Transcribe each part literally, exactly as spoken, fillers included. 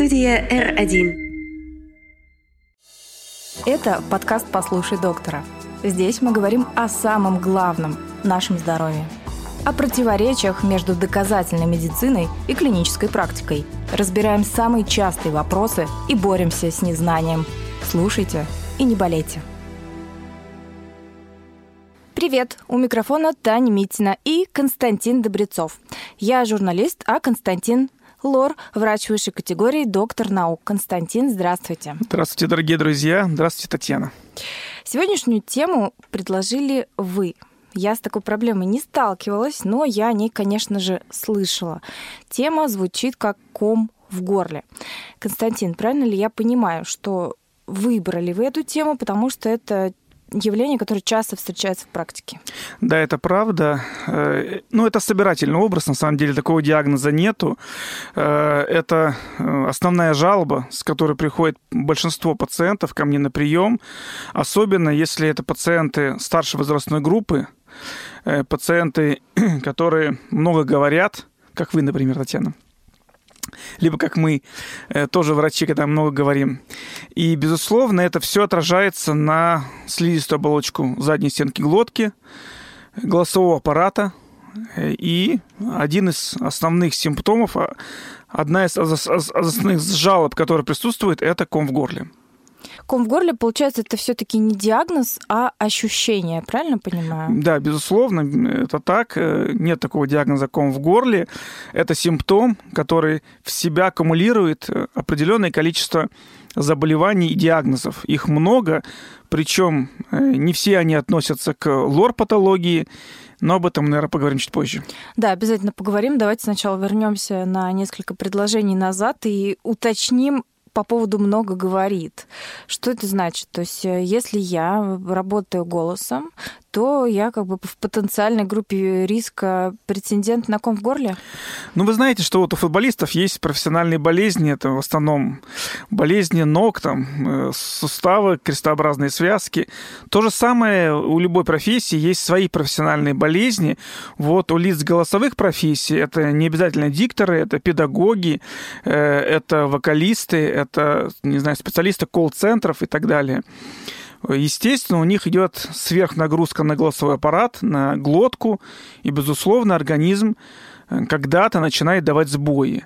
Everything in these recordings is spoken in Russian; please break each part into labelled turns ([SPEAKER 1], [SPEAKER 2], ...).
[SPEAKER 1] Студия эр один.
[SPEAKER 2] Это подкаст «Послушай доктора». Здесь мы говорим о самом главном – нашем здоровье. О противоречиях между доказательной медициной и клинической практикой. Разбираем самые частые вопросы и боремся с незнанием. Слушайте и не болейте. Привет! У микрофона Таня Митина и Константин Добрецов. Я журналист, а Константин – лор, врач высшей категории, доктор наук. Константин, здравствуйте.
[SPEAKER 3] Здравствуйте, дорогие друзья. Здравствуйте, Татьяна.
[SPEAKER 2] Сегодняшнюю тему предложили вы. Я с такой проблемой не сталкивалась, но я о ней, конечно же, слышала. Тема звучит как ком в горле. Константин, правильно ли я понимаю, что выбрали вы эту тему, потому что это явление, которое часто встречается в практике?
[SPEAKER 3] Да, это правда. Ну, это собирательный образ, на самом деле такого диагноза нету. Это основная жалоба, с которой приходит большинство пациентов ко мне на прием, особенно если это пациенты старшей возрастной группы, пациенты, которые много говорят, как вы, например, Татьяна, либо как мы, тоже врачи, когда много говорим. И, безусловно, это все отражается на слизистую оболочку задней стенки глотки, голосового аппарата. И один из основных симптомов, одна из основных жалоб, которая присутствует, это ком в горле.
[SPEAKER 2] Ком в горле, получается, это все-таки не диагноз, а ощущение, правильно понимаю?
[SPEAKER 3] Да, безусловно, это так. Нет такого диагноза ком в горле. Это симптом, который в себя аккумулирует определенное количество заболеваний и диагнозов. Их много, причем не все они относятся к лор-патологии, но об этом, наверное, поговорим чуть позже.
[SPEAKER 2] Да, обязательно поговорим. Давайте сначала вернемся на несколько предложений назад и уточним по поводу «много говорит». Что это значит? То есть если я работаю голосом, то я как бы в потенциальной группе риска претендент на ком в горле?
[SPEAKER 3] Ну, вы знаете, что вот у футболистов есть профессиональные болезни. Это в основном болезни ног, там, суставы, крестообразные связки. То же самое у любой профессии. Есть свои профессиональные болезни. Вот у лиц голосовых профессий это не обязательно дикторы, это педагоги, это вокалисты, это, не знаю, специалисты колл-центров и так далее. Естественно, у них идет сверхнагрузка на голосовой аппарат, на глотку, и, безусловно, организм когда-то начинает давать сбои.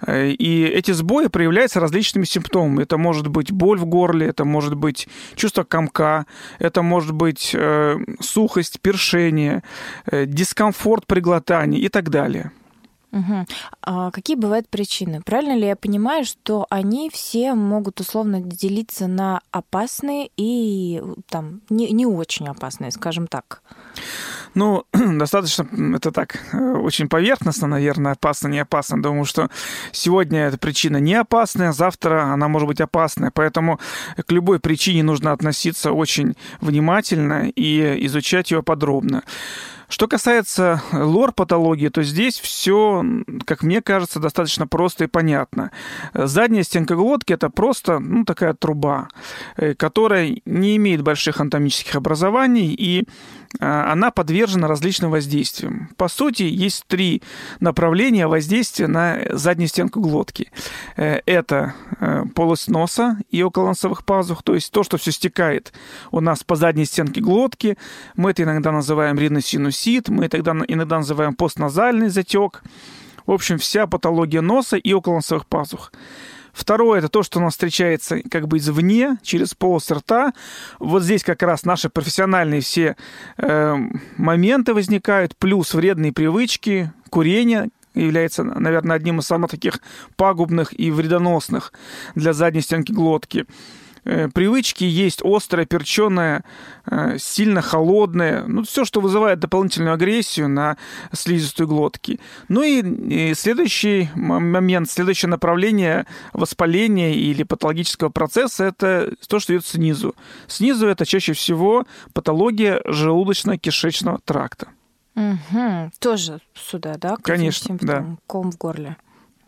[SPEAKER 3] И эти сбои проявляются различными симптомами. Это может быть боль в горле, это может быть чувство комка, это может быть сухость, першение, дискомфорт при глотании и так далее.
[SPEAKER 2] Угу. А какие бывают причины? Правильно ли я понимаю, что они все могут условно делиться на опасные и там, не, не очень опасные, скажем так?
[SPEAKER 3] Ну, достаточно, это так, очень поверхностно, наверное, опасно, не опасно. Думаю, что сегодня эта причина не опасная, завтра она может быть опасная. Поэтому к любой причине нужно относиться очень внимательно и изучать ее подробно. Что касается лор-патологии, то здесь все, как мне кажется, достаточно просто и понятно. Задняя стенка глотки – это просто ну, такая труба, которая не имеет больших анатомических образований, и она подвержена различным воздействиям. По сути, есть три направления воздействия на заднюю стенку глотки. Это полость носа и околоносовых пазух, то есть то, что все стекает у нас по задней стенке глотки. Мы это иногда называем риносинусит, мы это иногда называем постназальный затек. В общем, вся патология носа и околоносовых пазух. Второе – это то, что у нас встречается как бы извне, через полость рта. Вот здесь как раз наши профессиональные все э, моменты возникают, плюс вредные привычки, курение является, наверное, одним из самых таких пагубных и вредоносных для задней стенки глотки. Привычки есть острое, перченое, сильно холодное, ну, все, что вызывает дополнительную агрессию на слизистую глотки. Ну и следующий момент, следующее направление воспаления или патологического процесса – это то, что идет снизу. Снизу это чаще всего патология желудочно-кишечного тракта.
[SPEAKER 2] Угу. Тоже сюда, да?
[SPEAKER 3] Конечно, да.
[SPEAKER 2] Ком в горле.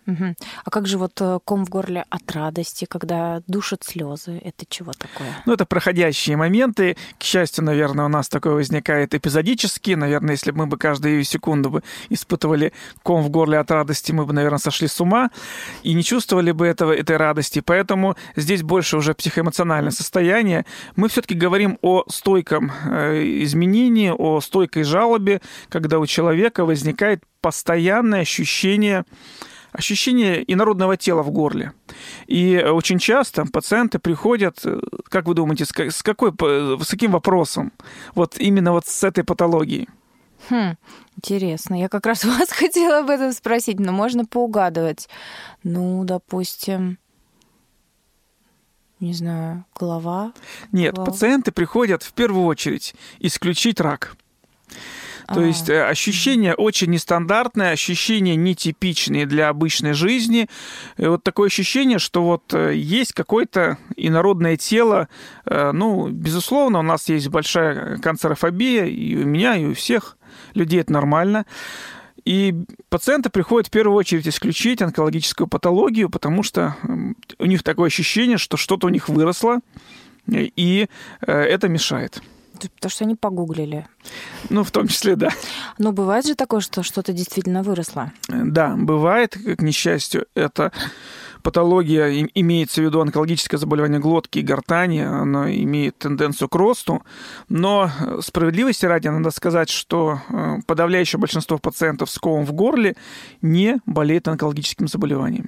[SPEAKER 2] Угу. А как же вот ком в горле от радости, когда душат слезы? Это чего такое?
[SPEAKER 3] Ну, это проходящие моменты. К счастью, наверное, у нас такое возникает эпизодически. Наверное, если бы мы бы каждую секунду бы испытывали ком в горле от радости, мы бы, наверное, сошли с ума и не чувствовали бы этого, этой радости. Поэтому здесь больше уже психоэмоциональное состояние. Мы все-таки говорим о стойком изменении, о стойкой жалобе, когда у человека возникает постоянное ощущение ощущение инородного тела в горле. И очень часто пациенты приходят, как вы думаете, с, какой, с каким вопросом? Вот именно вот с этой патологией.
[SPEAKER 2] Хм, интересно. Я как раз вас хотела об этом спросить, но можно поугадывать. Ну, допустим, не знаю, голова?
[SPEAKER 3] Нет,
[SPEAKER 2] голова.
[SPEAKER 3] Пациенты приходят в первую очередь исключить рак. То А-а-а. есть ощущение очень нестандартное, ощущение нетипичное для обычной жизни. И вот такое ощущение, что вот есть какое-то инородное тело. Ну, безусловно, у нас есть большая канцерофобия, и у меня, и у всех людей это нормально. И пациенты приходят в первую очередь исключить онкологическую патологию, потому что у них такое ощущение, что что-то у них выросло, и это мешает.
[SPEAKER 2] Потому что они погуглили.
[SPEAKER 3] Ну, в том числе, да.
[SPEAKER 2] Но бывает же такое, что что-то действительно выросло?
[SPEAKER 3] Да, бывает, к несчастью, это патология, имеется в виду онкологическое заболевание глотки и гортани, оно имеет тенденцию к росту, но справедливости ради надо сказать, что подавляющее большинство пациентов с комом в горле не болеет онкологическим заболеванием.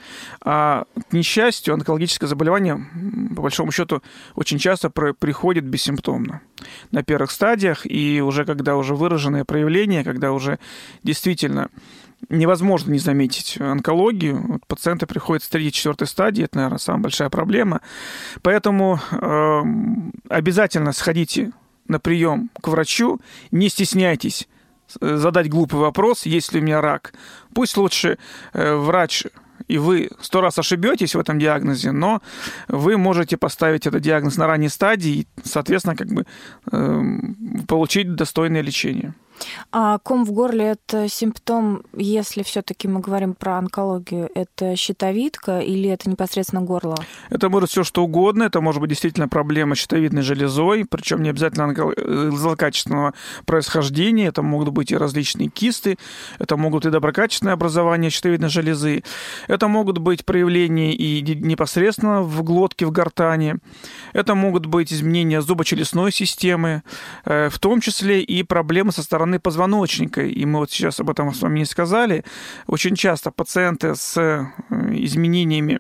[SPEAKER 3] А, к несчастью, онкологическое заболевание, по большому счету, очень часто приходит бессимптомно на первых стадиях, и уже когда уже выраженные проявления, когда уже действительно невозможно не заметить онкологию, вот пациенты приходят с третьей-четвертой стадии, это, наверное, самая большая проблема. Поэтому э, обязательно сходите на прием к врачу, не стесняйтесь задать глупый вопрос, есть ли у меня рак. Пусть лучше э, врач и вы сто раз ошибетесь в этом диагнозе, но вы можете поставить этот диагноз на ранней стадии и, соответственно, как бы э, получить достойное лечение.
[SPEAKER 2] А ком в горле – это симптом, если все-таки мы говорим про онкологию, это щитовидка или это непосредственно горло?
[SPEAKER 3] Это может все что угодно. Это может быть действительно проблема с щитовидной железой, причем не обязательно злокачественного происхождения. Это могут быть и различные кисты, это могут и доброкачественные образования щитовидной железы, это могут быть проявления и непосредственно в глотке, в гортани, это могут быть изменения зубочелюстной системы, в том числе и проблемы со стороны позвоночника, и мы вот сейчас об этом с вами не сказали. Очень часто пациенты с изменениями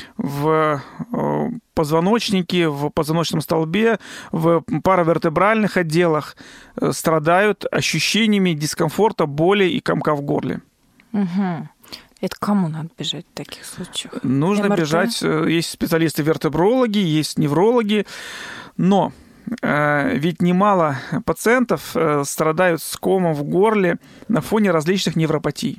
[SPEAKER 3] в позвоночнике, в позвоночном столбе, в паравертебральных отделах страдают ощущениями дискомфорта, боли и комка в горле.
[SPEAKER 2] Угу. Это кому надо бежать в таких случаях?
[SPEAKER 3] Нужно МРТ? Бежать. Есть специалисты-вертебрологи, есть неврологи, но ведь немало пациентов страдают с комом в горле на фоне различных невропатий.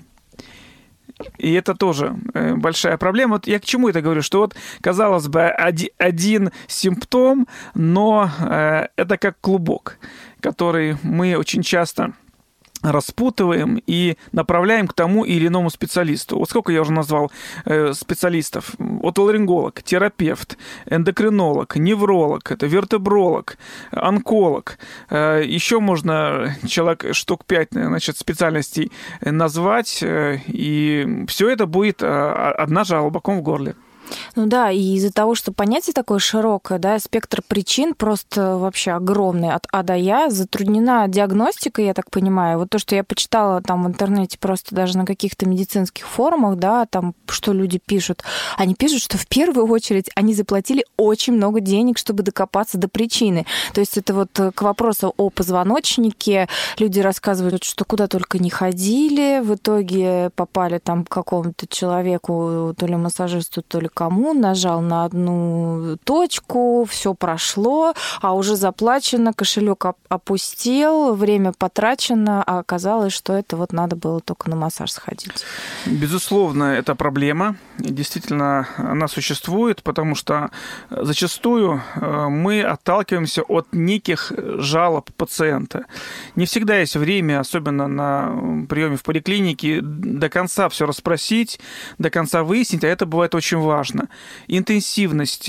[SPEAKER 3] И это тоже большая проблема. Вот я к чему это говорю? Что вот, казалось бы, один, один симптом, но это как клубок, который мы очень часто распутываем и направляем к тому или иному специалисту. Вот сколько я уже назвал э, специалистов. Отоларинголог, терапевт, эндокринолог, невролог, это вертебролог, онколог. Э, еще можно человек штук пять, значит, специальностей назвать, э, и все это будет э, одна жалоба, ком в горле.
[SPEAKER 2] Ну да, и из-за того, что понятие такое широкое, да, спектр причин просто вообще огромный от А до Я, затруднена диагностика, я так понимаю. Вот то, что я почитала там в интернете просто даже на каких-то медицинских форумах, да, там, что люди пишут, они пишут, что в первую очередь они заплатили очень много денег, чтобы докопаться до причины. То есть это вот к вопросу о позвоночнике. Люди рассказывают, что куда только не ходили, в итоге попали там к какому-то человеку, то ли массажисту, то ли кому, одну, нажал на одну точку, все прошло, а уже заплачено, кошелек опустел, время потрачено, а оказалось, что это вот надо было только на массаж сходить.
[SPEAKER 3] Безусловно, это проблема. Действительно, она существует, потому что зачастую мы отталкиваемся от неких жалоб пациента. Не всегда есть время, особенно на приеме в поликлинике, до конца все расспросить, до конца выяснить, а это бывает очень важно. Интенсивность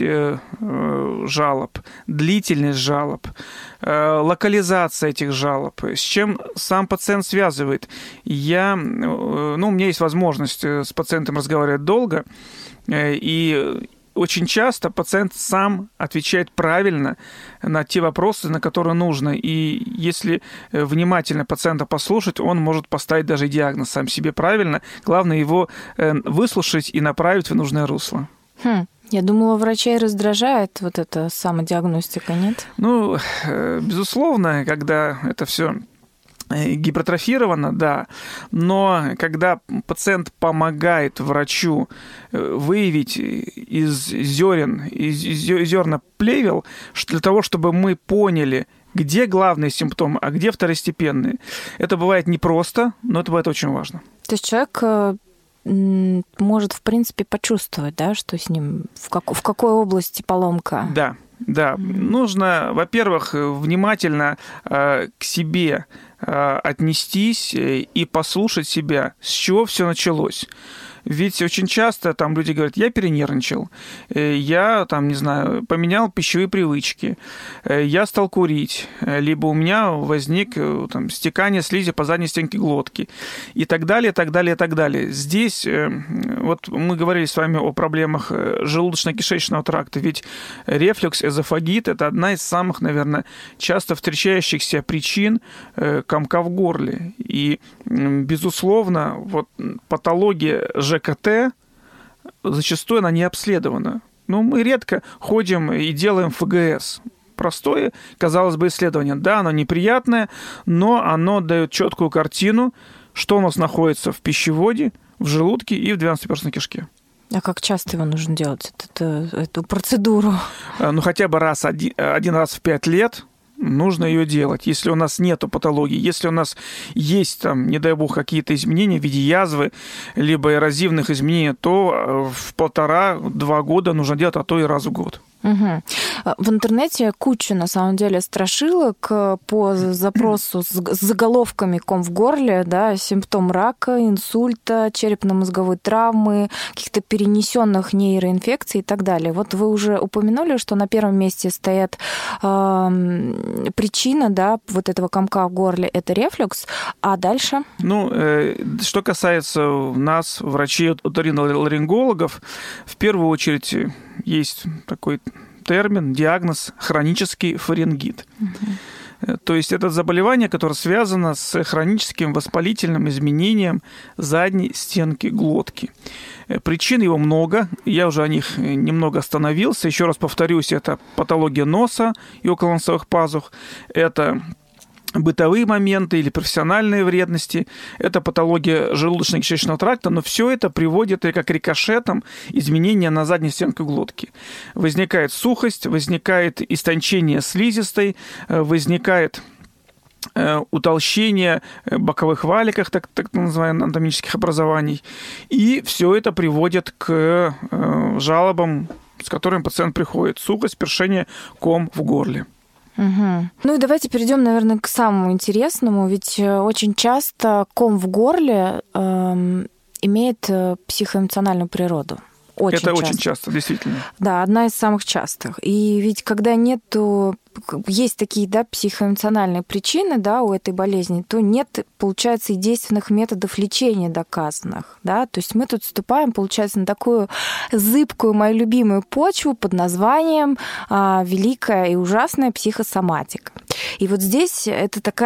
[SPEAKER 3] жалоб, длительность жалоб, локализация этих жалоб, с чем сам пациент связывает. Я, ну, у меня есть возможность с пациентом разговаривать долго, и очень часто пациент сам отвечает правильно на те вопросы, на которые нужно. И если внимательно пациента послушать, он может поставить даже диагноз сам себе правильно. Главное его выслушать и направить в нужное русло.
[SPEAKER 2] Хм. Я думала, врачей раздражает вот эта самодиагностика, нет?
[SPEAKER 3] Ну, безусловно, когда это все гипертрофировано, да, но когда пациент помогает врачу выявить из зерен, из зерна плевел, для того, чтобы мы поняли, где главные симптомы, а где второстепенные. Это бывает непросто, но это бывает очень важно.
[SPEAKER 2] То есть человек может, в принципе, почувствовать, да, что с ним, в, как, в какой области поломка?
[SPEAKER 3] Да, да. Mm-hmm. Нужно, во-первых, внимательно э, к себе э, отнестись и послушать себя, с чего все началось. Ведь очень часто там люди говорят, я перенервничал, я там, не знаю, поменял пищевые привычки, я стал курить, либо у меня возник там, стекание слизи по задней стенке глотки и так далее, так далее, так далее. Здесь вот мы говорили с вами о проблемах желудочно-кишечного тракта, ведь рефлюкс, эзофагит – это одна из самых, наверное, часто встречающихся причин комка в горле. И, безусловно, вот патология ЖКТ ЖКТ зачастую она не обследована. Ну, мы редко ходим и делаем эф гэ эс. Простое, казалось бы, исследование. Да, оно неприятное, но оно дает четкую картину, что у нас находится в пищеводе, в желудке и в двенадцатиперстной кишке.
[SPEAKER 2] А как часто его нужно делать, эту, эту процедуру?
[SPEAKER 3] Ну, хотя бы раз, один, один раз в пять лет нужно ее делать, если у нас нету патологии, если у нас есть, там, не дай бог, какие-то изменения в виде язвы, либо эрозивных изменений, то в полтора-два года нужно делать, а то и раз в год.
[SPEAKER 2] Угу. В интернете куча, на самом деле, страшилок по запросу с заголовками ком в горле, да, симптом рака, инсульта, черепно-мозговой травмы, каких-то перенесенных нейроинфекций и так далее. Вот вы уже упомянули, что на первом месте стоят э, причина, да, вот этого комка в горле, это рефлюкс, а дальше? Ну,
[SPEAKER 3] э, что касается нас, врачей-оториноларингологов, в первую очередь есть такой термин, диагноз хронический фарингит. Угу. То есть это заболевание, которое связано с хроническим воспалительным изменением задней стенки глотки. Причин его много, я уже о них немного остановился. Еще раз повторюсь, это патология носа и околоносовых пазух, это бытовые моменты или профессиональные вредности, это патология желудочно-кишечного тракта, но все это приводит и как рикошетом изменения на задней стенке глотки. Возникает сухость, возникает истончение слизистой, возникает утолщение боковых валиков, так, так называемых анатомических образований, и все это приводит к жалобам, с которыми пациент приходит. Сухость, першение, ком в горле.
[SPEAKER 2] Угу. Ну и давайте перейдем, наверное, к самому интересному, ведь очень часто ком в горле э, имеет психоэмоциональную природу. Очень
[SPEAKER 3] Это
[SPEAKER 2] часто.
[SPEAKER 3] очень часто, действительно.
[SPEAKER 2] Да, одна из самых частых. И ведь когда нету, есть такие, да, психоэмоциональные причины, да, у этой болезни, то нет, получается, и действенных методов лечения доказанных, да, то есть мы тут вступаем, получается, на такую зыбкую, мою любимую почву под названием а, «Великая и ужасная психосоматика». И вот здесь это такая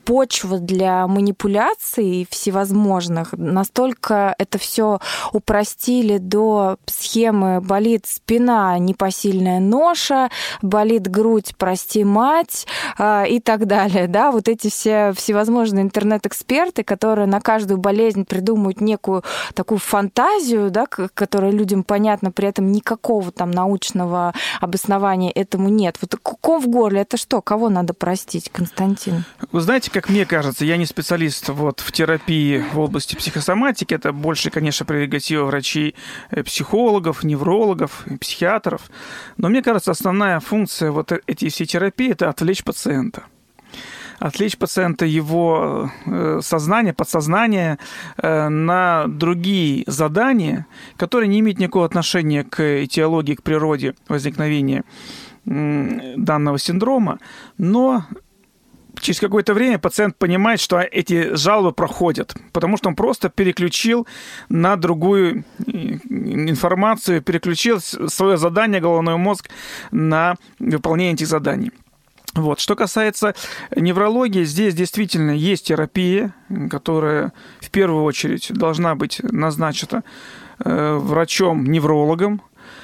[SPEAKER 2] почва для манипуляций всевозможных. Настолько это все упростили до схемы «болит спина, непосильная ноша», «болит грудь, прости, мать» и так далее. Да, вот эти все всевозможные интернет-эксперты, которые на каждую болезнь придумывают некую такую фантазию, да, которая людям понятна, при этом никакого там научного обоснования этому нет. Вот ком в горле — это что? Кого надо простить, Константин?
[SPEAKER 3] Вы знаете, как мне кажется, я не специалист вот в терапии в области психосоматики, это больше, конечно, прерогатива врачей, психологов, неврологов, психиатров, но мне кажется, основная функция вот этой всей терапии — это отвлечь пациента. Отвлечь пациента, его сознание, подсознание на другие задания, которые не имеют никакого отношения к этиологии, к природе возникновения данного синдрома, но через какое-то время пациент понимает, что эти жалобы проходят, потому что он просто переключил на другую информацию, переключил свое задание, головной мозг, на выполнение этих заданий. Вот. Что касается неврологии, здесь действительно есть терапия, которая в первую очередь должна быть назначена врачом-неврологом.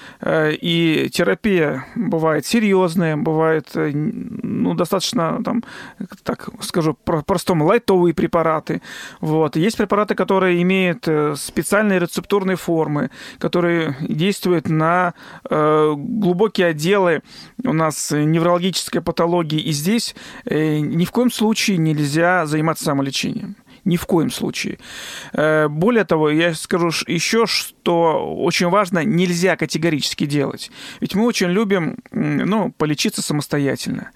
[SPEAKER 3] И терапия бывает серьезная, бывает, ну, достаточно, там, так скажу, простому, лайтовые препараты. Вот. Есть препараты, которые имеют специальные рецептурные формы, которые действуют на э, глубокие отделы у нас неврологической патологии. И здесь э, ни в коем случае нельзя заниматься самолечением. Ни в коем случае. Более того, я скажу еще, что очень важно, нельзя категорически делать. Ведь мы очень любим, ну, полечиться самостоятельно.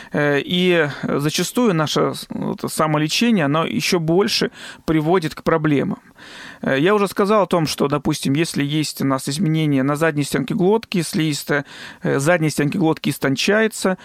[SPEAKER 3] И зачастую наше самолечение, оно еще больше приводит к проблемам. Я уже сказал о том, что, допустим, если есть у нас изменения на задней стенке глотки, слизистая задней стенки глотки истончается,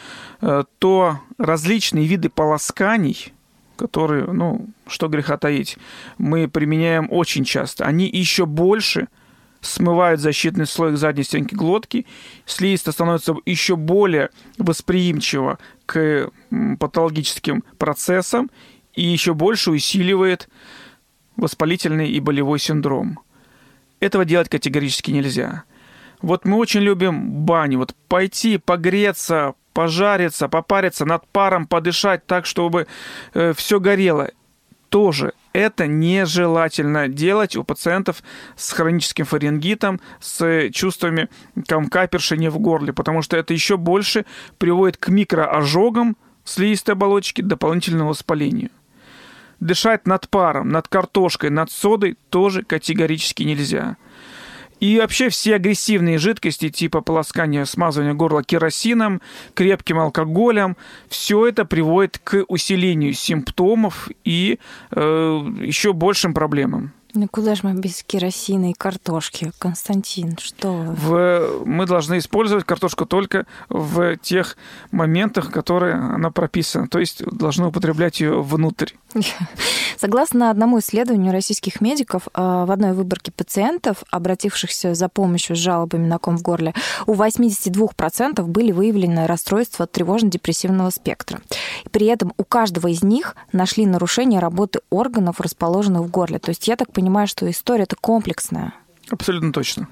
[SPEAKER 3] то различные виды полосканий, которые, ну, что греха таить, мы применяем очень часто, они еще больше смывают защитный слой к задней стенке глотки, слизистая становится еще более восприимчива к патологическим процессам и еще больше усиливает воспалительный и болевой синдром. Этого делать категорически нельзя. Вот мы очень любим баню, вот пойти погреться, пожариться, попариться, над паром подышать так, чтобы э, все горело. Тоже это нежелательно делать у пациентов с хроническим фарингитом, с чувствами комка, першения в горле, потому что это еще больше приводит к микроожогам слизистой оболочки, дополнительному воспалению. Дышать над паром, над картошкой, над содой тоже категорически нельзя. И вообще все агрессивные жидкости типа полоскания, смазывания горла керосином, крепким алкоголем, все это приводит к усилению симптомов и э, еще большим проблемам.
[SPEAKER 2] Ну куда же мы без керосина и картошки, Константин? Что вы?
[SPEAKER 3] В... Мы должны использовать картошку только в тех моментах, которые она прописана. То есть должны употреблять ее внутрь.
[SPEAKER 2] Согласно одному исследованию российских медиков, в одной выборке пациентов, обратившихся за помощью с жалобами на ком в горле, у восемьдесят два процента были выявлены расстройства тревожно-депрессивного спектра. При этом у каждого из них нашли нарушение работы органов, расположенных в горле. То есть я так понимаю, что история-то комплексная.
[SPEAKER 3] Абсолютно точно.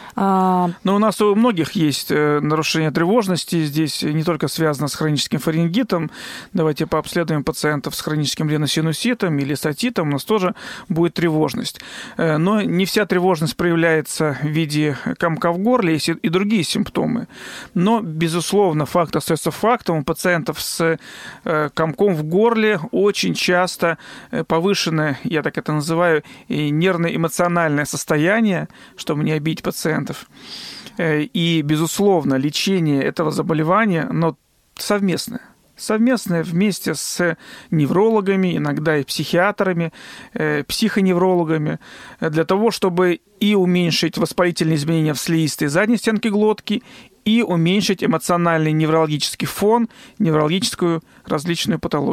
[SPEAKER 3] Но у нас у многих есть нарушение тревожности. Здесь не только связано с хроническим фарингитом. Давайте пообследуем пациентов с хроническим риносинуситом или с отитом. У нас тоже будет тревожность. Но не вся тревожность проявляется в виде комка в горле, есть и другие симптомы. Но, безусловно, факт остается фактом. У пациентов с комком в горле очень часто повышенное, я так это называю, нервно-эмоциональное состояние, чтобы не обидеть пациента. И, безусловно, лечение этого заболевания, но совместное. Совместное вместе с неврологами, иногда и психиатрами, психоневрологами, для того, чтобы и уменьшить воспалительные изменения в слизистой задней стенке глотки, и уменьшить эмоциональный неврологический фон, неврологическую различную патологию.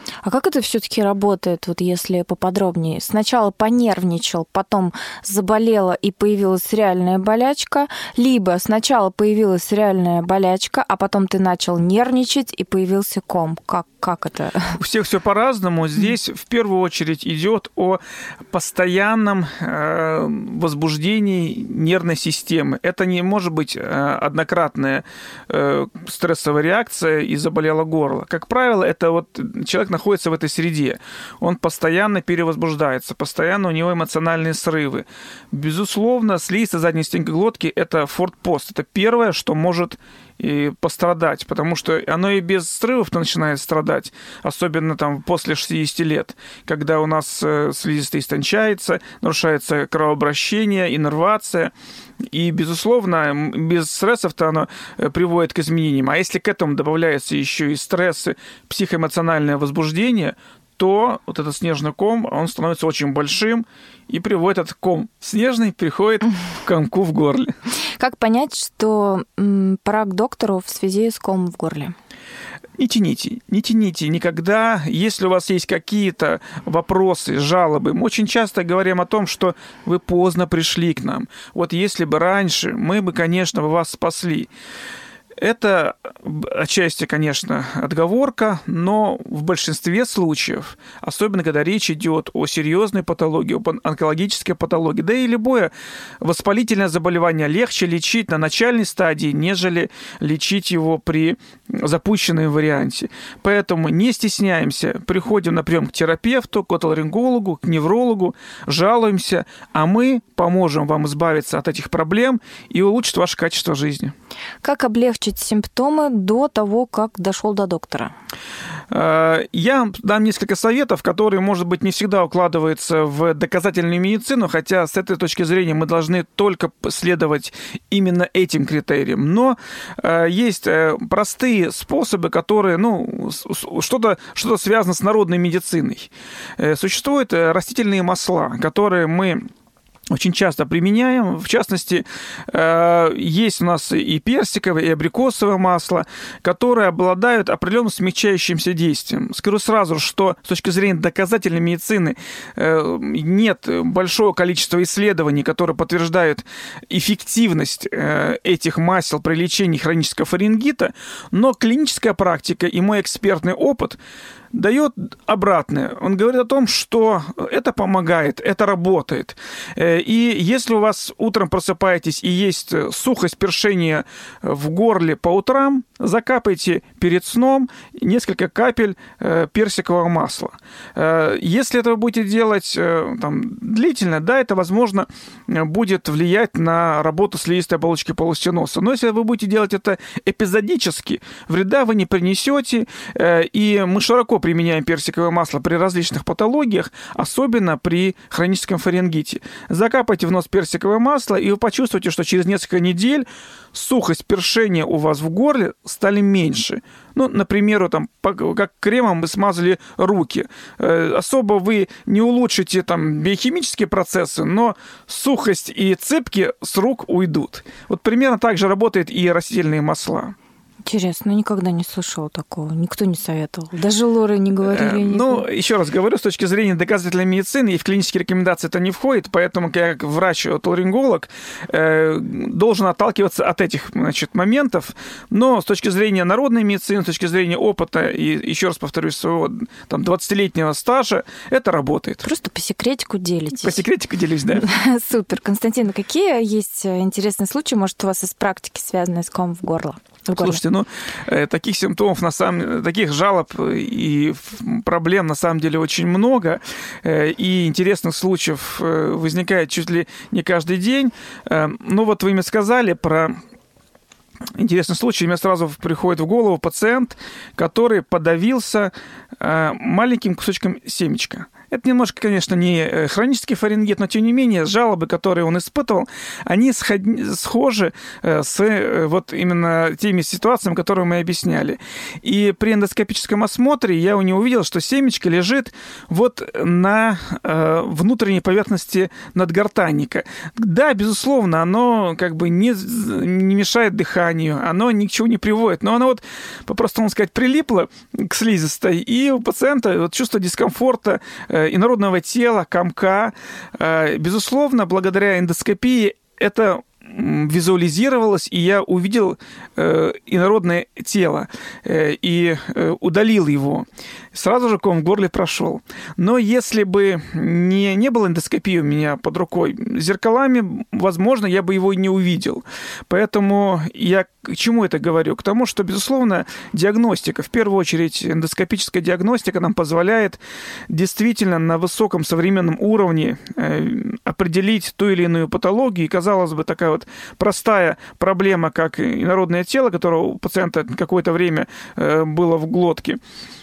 [SPEAKER 2] А как это все-таки работает, вот если поподробнее? Сначала понервничал, потом заболела и появилась реальная болячка, либо сначала появилась реальная болячка, а потом ты начал нервничать и появился ком. Как, как это?
[SPEAKER 3] У всех все по-разному. Здесь в первую очередь идет о постоянном э, возбуждении нервной системы. Это не может быть э, однократная э, стрессовая реакция и заболело горло. Как правило, это вот человек находится в этой среде. Он постоянно перевозбуждается, постоянно у него эмоциональные срывы. Безусловно, слизистая задней стенки глотки – это форпост. Это первое, что может и пострадать, потому что оно и без срывов-то начинает страдать, особенно там после шестидесяти лет, когда у нас слизистая истончается, нарушается кровообращение, иннервация, и, безусловно, без стрессов-то оно приводит к изменениям. А если к этому добавляется еще и стрессы, психоэмоциональное возбуждение, то вот этот снежный ком, он становится очень большим и приводит этот ком снежный, приходит к комку в горле.
[SPEAKER 2] Как понять, что м, пора к доктору в связи с комом в горле?
[SPEAKER 3] Не тяните, не тяните никогда. Если у вас есть какие-то вопросы, жалобы, мы очень часто говорим о том, что вы поздно пришли к нам. Вот если бы раньше, мы бы, конечно, вас спасли. Это отчасти, конечно, отговорка, но в большинстве случаев, особенно когда речь идет о серьезной патологии, об онкологической патологии, да и любое воспалительное заболевание легче лечить на начальной стадии, нежели лечить его при запущенном варианте. Поэтому не стесняемся, приходим на прием к терапевту, к отоларингологу, к неврологу, жалуемся, а мы поможем вам избавиться от этих проблем и улучшить ваше качество жизни.
[SPEAKER 2] Как облегчить симптомы до того, как дошел до доктора?
[SPEAKER 3] Я дам несколько советов, которые, может быть, не всегда укладываются в доказательную медицину, хотя с этой точки зрения мы должны только следовать именно этим критериям. Но есть простые способы, которые, ну, что-то, что-то связано с народной медициной. Существуют растительные масла, которые мы очень часто применяем. В частности, есть у нас и персиковое, и абрикосовое масло, которые обладают определенным смягчающимся действием. Скажу сразу, что с точки зрения доказательной медицины нет большого количества исследований, которые подтверждают эффективность этих масел при лечении хронического фарингита, но клиническая практика и мой экспертный опыт дает обратное. Он говорит о том, что это помогает, это работает. И если у вас утром просыпаетесь и есть сухость, першение в горле по утрам, закапайте перед сном несколько капель персикового масла. Если это вы будете делать там, длительно, да, это, возможно, будет влиять на работу слизистой оболочки полости носа. Но если вы будете делать это эпизодически, вреда вы не принесете, и мы широко применяем персиковое масло при различных патологиях, особенно при хроническом фарингите. Закапайте в нос персиковое масло, и вы почувствуете, что через несколько недель сухость, першение у вас в горле стали меньше. Ну, например, там, как кремом вы смазали руки. Особо вы не улучшите там, биохимические процессы, но сухость и цепки с рук уйдут. Вот примерно так же работают и растительные масла.
[SPEAKER 2] Интересно, никогда не слышала такого. Никто не советовал. Даже лоры не говорили.
[SPEAKER 3] Ну, еще раз говорю, с точки зрения доказательной медицины и в клинические рекомендации это не входит, поэтому я, как врач-отоларинголог, должен отталкиваться от этих, значит, моментов. Но с точки зрения народной медицины, с точки зрения опыта и, еще раз повторюсь, своего там, двадцатилетнего стажа, это работает.
[SPEAKER 2] Просто по секретику делитесь.
[SPEAKER 3] По секретику делюсь, да.
[SPEAKER 2] Супер. Константин, какие есть интересные случаи, может, у вас из практики, связанные с комом в горло?
[SPEAKER 3] Слушайте, ну, таких симптомов, на самом таких жалоб и проблем на самом деле очень много, и интересных случаев возникает чуть ли не каждый день. Ну, вот вы мне сказали про интересный случай, мне сразу приходит в голову пациент, который подавился маленьким кусочком семечка. Это немножко, конечно, не хронический фарингит, но тем не менее жалобы, которые он испытывал, они схожи с вот именно теми ситуациями, которые мы объясняли. И при эндоскопическом осмотре я у него увидел, что семечко лежит вот на внутренней поверхности надгортанника. Да, безусловно, оно как бы не, не мешает дыханию, оно ни к чему не приводит, но оно вот, по-простому сказать, прилипло к слизистой, и у пациента вот чувство дискомфорта, инородного тела, комка. Безусловно, благодаря эндоскопии это визуализировалось, и я увидел э, инородное тело э, и э, удалил его. Сразу же ком в горле прошел. Но если бы не, не было эндоскопии у меня под рукой, зеркалами, возможно, я бы его и не увидел. Поэтому я к чему это говорю? К тому, что, безусловно, диагностика, в первую очередь эндоскопическая диагностика нам позволяет действительно на высоком современном уровне э, определить ту или иную патологию. И, казалось бы, такая вот простая проблема, как инородное тело, которое у пациента какое-то время было в глотке,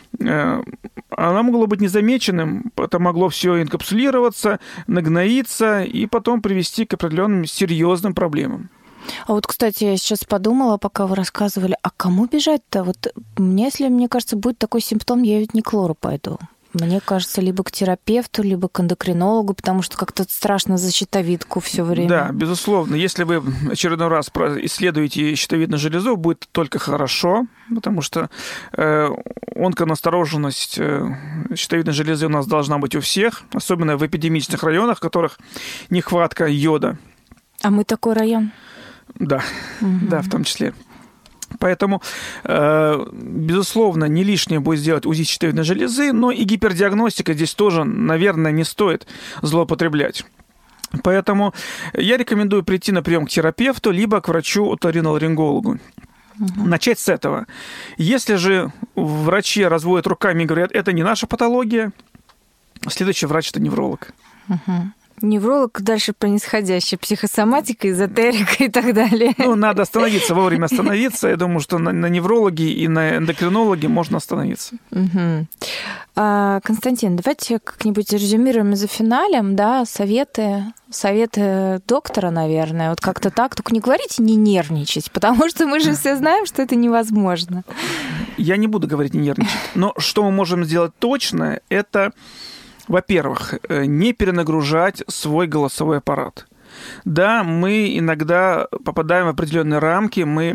[SPEAKER 3] она могла быть незамеченным, это могло все инкапсулироваться, нагноиться и потом привести к определенным серьезным проблемам.
[SPEAKER 2] А вот, кстати, я сейчас подумала, пока вы рассказывали, а кому бежать-то? Вот мне, если, мне кажется, будет такой симптом, я ведь не к лору пойду. Мне кажется, либо к терапевту, либо к эндокринологу, потому что как-то страшно за щитовидку все время.
[SPEAKER 3] Да, безусловно. Если вы очередной раз исследуете щитовидную железу, будет только хорошо, потому что э, онконастороженность э, щитовидной железы у нас должна быть у всех, особенно в эпидемичных районах, в которых нехватка йода.
[SPEAKER 2] А мы такой район?
[SPEAKER 3] Да, угу. Да, в том числе. Поэтому, безусловно, не лишнее будет сделать УЗИ щитовидной железы, но и гипердиагностика здесь тоже, наверное, не стоит злоупотреблять. Поэтому я рекомендую прийти на прием к терапевту, либо к врачу-оториноларингологу. Угу. Начать с этого. Если же врачи разводят руками и говорят, это не наша патология, следующий врач – это невролог.
[SPEAKER 2] Угу. Невролог, дальше по нисходящей, психосоматика, эзотерика и так далее.
[SPEAKER 3] Ну, надо остановиться, вовремя остановиться. Я думаю, что на, на неврологи и на эндокринологи можно остановиться.
[SPEAKER 2] Угу. А, Константин, давайте как-нибудь резюмируем и за финалем, да, советы, советы доктора, наверное, вот как-то так. Только не говорите не нервничать, потому что мы же все знаем, что это невозможно.
[SPEAKER 3] Я не буду говорить не нервничать, но что мы можем сделать точно, это... Во-первых, не перенагружать свой голосовой аппарат. Да, мы иногда попадаем в определенные рамки, мы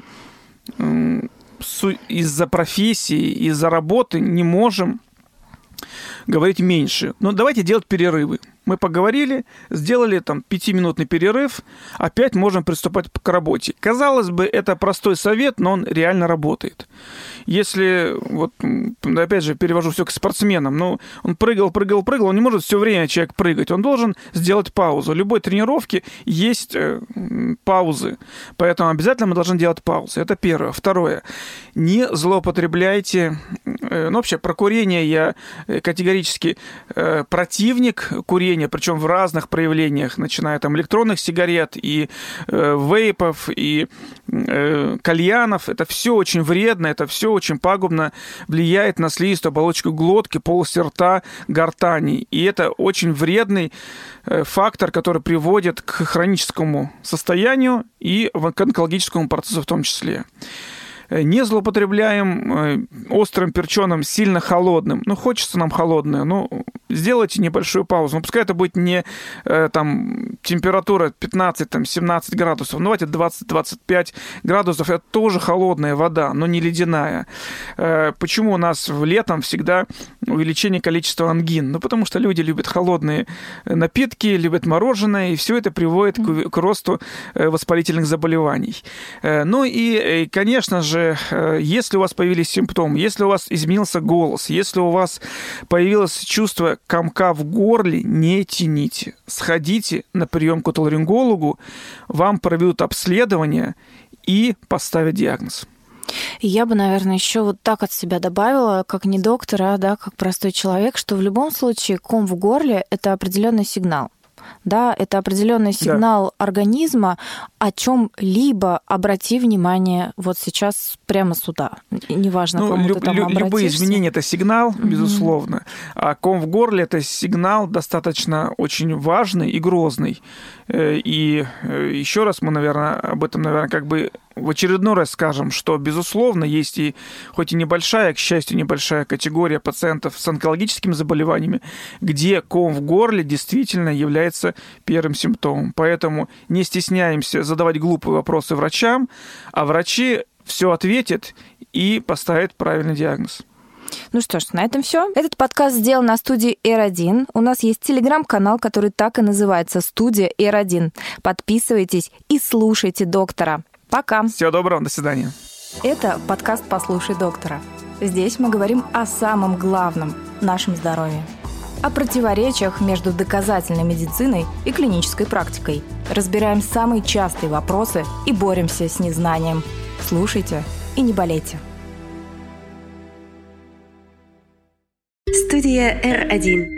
[SPEAKER 3] из-за профессии, из-за работы не можем говорить меньше. Но давайте делать перерывы. Мы поговорили, сделали там пятиминутный перерыв, опять можем приступать к работе. Казалось бы, это простой совет, но он реально работает. Если, вот, опять же, перевожу все к спортсменам, ну, он прыгал, прыгал, прыгал, он не может все время человек прыгать, он должен сделать паузу. В любой тренировке есть э, паузы, поэтому обязательно мы должны делать паузы. Это первое. Второе. Не злоупотребляйте, э, ну, вообще, про курение я категорически э, противник курения, причем в разных проявлениях, начиная там электронных сигарет и э, вейпов, и э, кальянов. Это все очень вредно, это все очень пагубно влияет на слизистую оболочку глотки, полости рта, гортани. И это очень вредный э, фактор, который приводит к хроническому состоянию и к онкологическому процессу в том числе. Не злоупотребляем острым, перченым, сильно холодным. Ну, хочется нам холодное, ну, сделайте небольшую паузу. Ну, пускай это будет не там, температура пятнадцать-семнадцать градусов, ну, давайте двадцать-двадцать пять градусов. Это тоже холодная вода, но не ледяная. Почему у нас летом всегда увеличение количества ангин? Ну, потому что люди любят холодные напитки, любят мороженое, и все это приводит к, к росту воспалительных заболеваний. Ну, и, конечно же, если у вас появились симптомы, если у вас изменился голос, если у вас появилось чувство комка в горле, не тяните. Сходите на прием к отоларингологу, вам проведут обследование и поставят диагноз.
[SPEAKER 2] Я бы, наверное, еще вот так от себя добавила, как не доктор, а да, как простой человек, что в любом случае ком в горле – это определенный сигнал. да, это определенный сигнал да. организма о чем-либо. Обрати внимание вот сейчас прямо сюда. Неважно, ну, кому люб, ты там обратишься.
[SPEAKER 3] Любые изменения – это сигнал, mm-hmm. безусловно. А ком в горле – это сигнал достаточно очень важный и грозный. И еще раз мы, наверное, об этом, наверное, как бы в очередной раз скажем, что, безусловно, есть и, хоть и небольшая, к счастью, небольшая категория пациентов с онкологическими заболеваниями, где ком в горле действительно является первым симптомом. Поэтому не стесняемся задавать глупые вопросы врачам, а врачи все ответят и поставят правильный диагноз.
[SPEAKER 2] Ну что ж, на этом все. Этот подкаст сделан на студии эр один. У нас есть телеграм-канал, который так и называется «Студия эр один». Подписывайтесь и слушайте доктора. Пока.
[SPEAKER 3] Всего доброго, до свидания.
[SPEAKER 2] Это подкаст «Послушай доктора». Здесь мы говорим о самом главном – нашем здоровье. О противоречиях между доказательной медициной и клинической практикой. Разбираем самые частые вопросы и боремся с незнанием. Слушайте и не болейте.
[SPEAKER 1] Студия эр один.